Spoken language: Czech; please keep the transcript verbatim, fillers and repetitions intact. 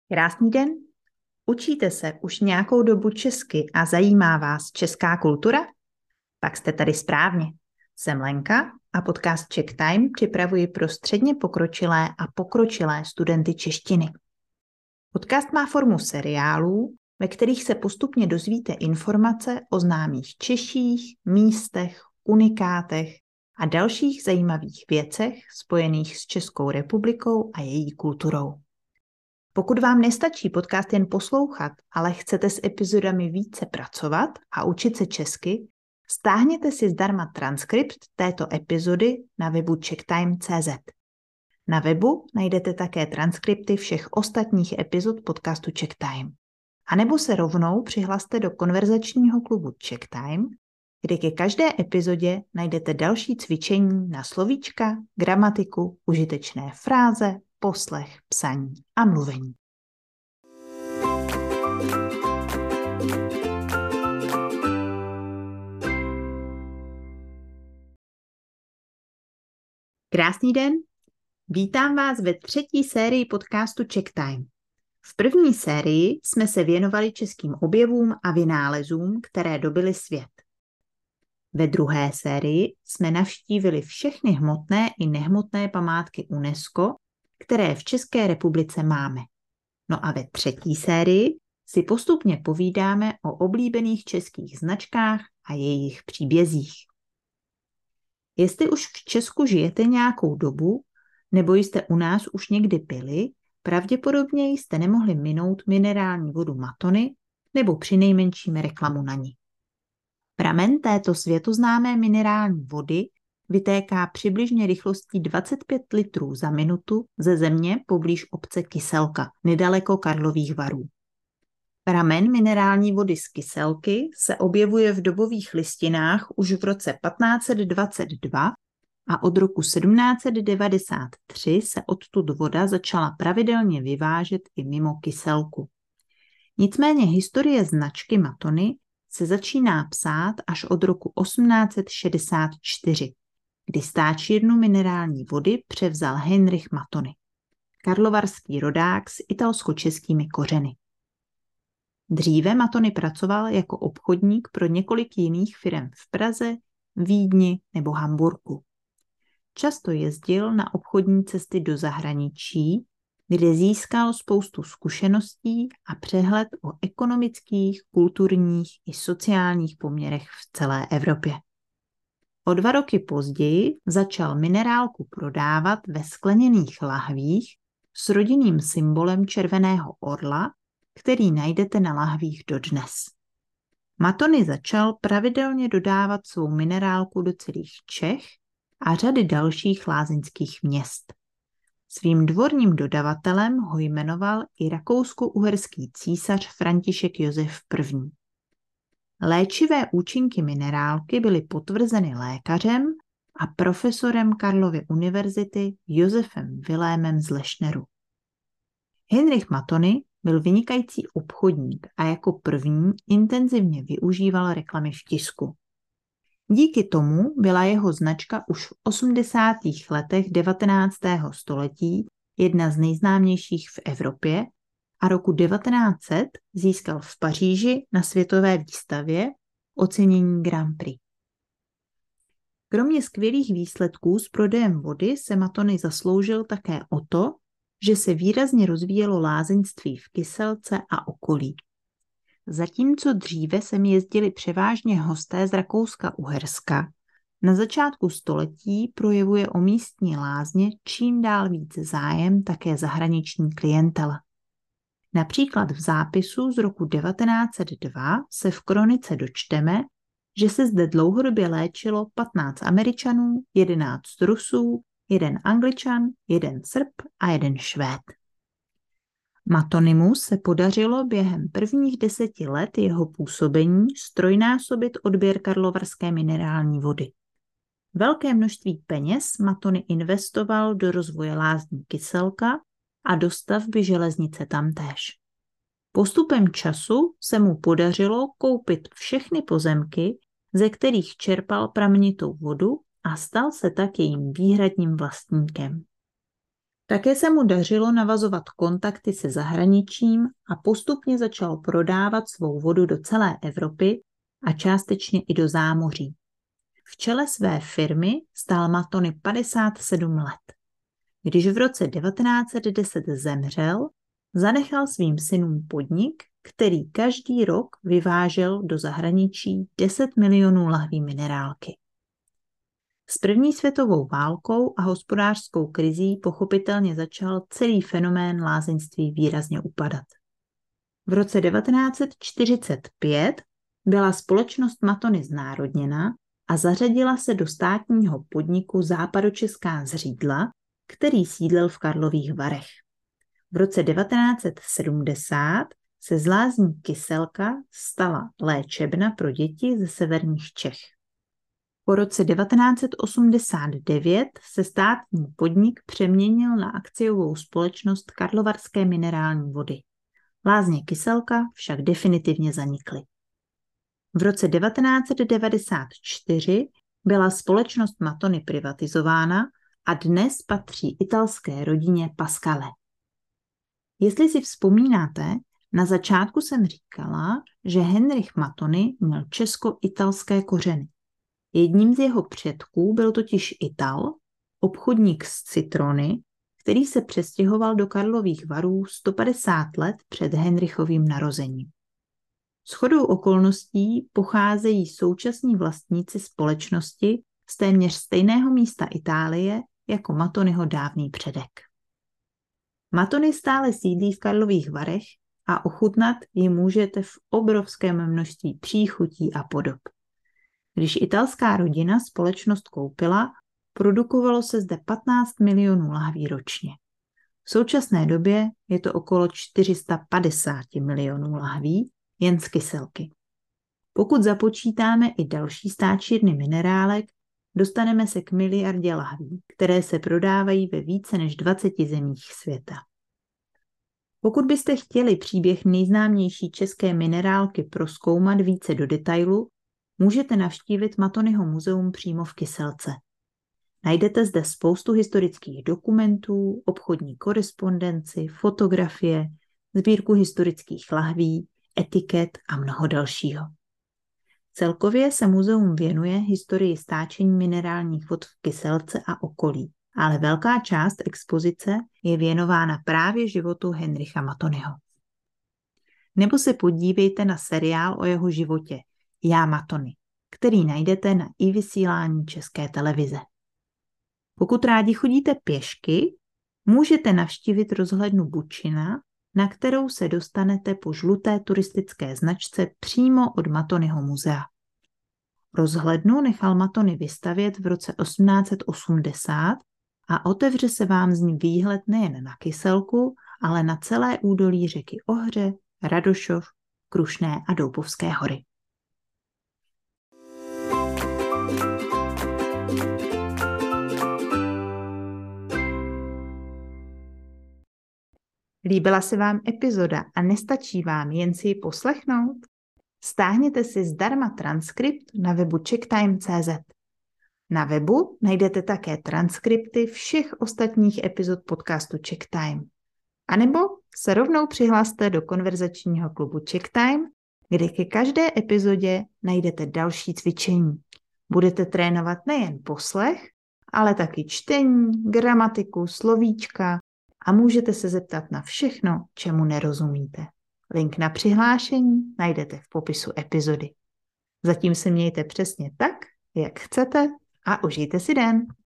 Krásný den. Učíte se už nějakou dobu česky a zajímá vás česká kultura? Pak jste tady správně. Jsem Lenka a podcast Czech Time připravuji pro středně pokročilé a pokročilé studenty češtiny. Podcast má formu seriálů, ve kterých se postupně dozvíte informace o známých Češích, místech, unikátech a dalších zajímavých věcech spojených s Českou republikou a její kulturou. Pokud vám nestačí podcast jen poslouchat, ale chcete s epizodami více pracovat a učit se česky, stáhněte si zdarma transkript této epizody na webu czech time tečka cé zet. Na webu najdete také transkripty všech ostatních epizod podcastu Czech Time. A nebo se rovnou přihlaste do konverzačního klubu Czech Time, kde ke každé epizodě najdete další cvičení na slovíčka, gramatiku, užitečné fráze, poslech, psaní a mluvení. Krásný den, vítám vás ve třetí sérii podcastu Czech Time. V první sérii jsme se věnovali českým objevům a vynálezům, které dobyly svět. Ve druhé sérii jsme navštívili všechny hmotné i nehmotné památky UNESCO, které v České republice máme. No a ve třetí sérii si postupně povídáme o oblíbených českých značkách a jejich příbězích. Jestli už v Česku žijete nějakou dobu, nebo jste u nás už někdy byli, pravděpodobně jste nemohli minout minerální vodu Matony nebo přinejmenším reklamu na ní. Pramen této světoznámé minerální vody vytéká přibližně rychlostí dvacet pět litrů za minutu ze země poblíž obce Kyselka, nedaleko Karlových Varů. Pramen minerální vody z Kyselky se objevuje v dobových listinách už v roce patnáct set dvacet dva a od roku sedmnáct set devadesát tři se odtud voda začala pravidelně vyvážet i mimo Kyselku. Nicméně historie značky Matony se začíná psát až od roku osmnáct set šedesát čtyři, kdy stáčírnu minerální vody převzal Heinrich Matony, karlovarský rodák s italsko-českými kořeny. Dříve Matony pracoval jako obchodník pro několik jiných firem v Praze, Vídni nebo Hamburku. Často jezdil na obchodní cesty do zahraničí, kde získal spoustu zkušeností a přehled o ekonomických, kulturních i sociálních poměrech v celé Evropě. O dva roky později začal minerálku prodávat ve skleněných lahvích s rodinným symbolem červeného orla, který najdete na lahvích dodnes. Matony začal pravidelně dodávat svou minerálku do celých Čech a řady dalších lázeňských měst. Svým dvorním dodavatelem ho jmenoval i rakousko-uherský císař František Josef I. Léčivé účinky minerálky byly potvrzeny lékařem a profesorem Karlovy univerzity Josefem Vilémem z Lešneru. Heinrich Matony byl vynikající obchodník a jako první intenzivně využíval reklamy v tisku. Díky tomu byla jeho značka už v osmdesátých letech devatenáctého století jedna z nejznámějších v Evropě a roku devatenáct set získal v Paříži na světové výstavě ocenění Grand Prix. Kromě skvělých výsledků s prodejem vody se Matony zasloužil také o to, že se výrazně rozvíjelo lázeňství v Kyselce a okolí. Zatímco dříve sem jezdili převážně hosté z Rakouska-Uherska, na začátku století projevuje o místní lázně čím dál více zájem také zahraniční klientela. Například v zápisu z roku devatenáct set dva se v kronice dočteme, že se zde dlouhodobě léčilo patnáct Američanů, jedenáct Rusů, jeden Angličan, jeden Srb a jeden Švéd. Matonymu se podařilo během prvních deseti let jeho působení strojnásobit odběr karlovarské minerální vody. Velké množství peněz Matony investoval do rozvoje lázní Kyselka a do stavby železnice tamtéž. Postupem času se mu podařilo koupit všechny pozemky, ze kterých čerpal pramenitou vodu a stal se tak jejím výhradním vlastníkem. Také se mu dařilo navazovat kontakty se zahraničím a postupně začal prodávat svou vodu do celé Evropy a částečně i do zámoří. V čele své firmy stál Matony padesát sedm let. Když v roce devatenáct set deset zemřel, zanechal svým synům podnik, který každý rok vyvážel do zahraničí deset milionů lahví minerálky. S první světovou válkou a hospodářskou krizí pochopitelně začal celý fenomén lázeňství výrazně upadat. V roce devatenáct set čtyřicet pět byla společnost Matony znárodněna a zařadila se do státního podniku Západočeská zřídla, který sídlil v Karlových Varech. V roce devatenáct set sedmdesát se z lázní Kyselka stala léčebna pro děti ze severních Čech. Po roce devatenáct set osmdesát devět se státní podnik přeměnil na akciovou společnost Karlovarské minerální vody. Lázně Kyselka však definitivně zanikly. V roce devatenáct set devadesát čtyři byla společnost Matony privatizována a dnes patří italské rodině Pascale. Jestli si vzpomínáte, na začátku jsem říkala, že Henrich Matony měl česko-italské kořeny. Jedním z jeho předků byl totiž Ital, obchodník z Citrony, který se přestěhoval do Karlových Varů sto padesát let před Henrichovým narozením. Shodou okolností pocházejí současní vlastníci společnosti z téměř stejného místa Itálie jako Matonyho dávný předek. Matony stále sídlí v Karlových Varech a ochutnat ji můžete v obrovském množství příchutí a podob. Když italská rodina společnost koupila, produkovalo se zde patnáct milionů lahví ročně. V současné době je to okolo čtyři sta padesát milionů lahví jen z Kyselky. Pokud započítáme i další stáčírny minerálek, dostaneme se k miliardě lahví, které se prodávají ve více než dvaceti zemích světa. Pokud byste chtěli příběh nejznámější české minerálky prozkoumat více do detailu, můžete navštívit Matonyho muzeum přímo v Kyselce. Najdete zde spoustu historických dokumentů, obchodní korespondenci, fotografie, sbírku historických lahví, etiket a mnoho dalšího. Celkově se muzeum věnuje historii stáčení minerálních vod v Kyselce a okolí, ale velká část expozice je věnována právě životu Henricha Matonyho. Nebo se podívejte na seriál o jeho životě Já Matony, který najdete na iVysílání České televize. Pokud rádi chodíte pěšky, můžete navštívit rozhlednu Bučina, na kterou se dostanete po žluté turistické značce přímo od Matonyho muzea. Rozhlednu nechal Matony vystavět v roce osmnáct set osmdesát a otevře se vám z ní výhled nejen na Kyselku, ale na celé údolí řeky Ohře, Radošov, Krušné a Doupovské hory. Líbila se vám epizoda a nestačí vám jen si ji poslechnout? Stáhněte si zdarma transkript na webu checktime tečka cé zet. Na webu najdete také transkripty všech ostatních epizod podcastu CheckTime. A nebo se rovnou přihlaste do konverzačního klubu CheckTime, kde ke každé epizodě najdete další cvičení. Budete trénovat nejen poslech, ale taky čtení, gramatiku, slovíčka a můžete se zeptat na všechno, čemu nerozumíte. Link na přihlášení najdete v popisu epizody. Zatím se mějte přesně tak, jak chcete a užijte si den.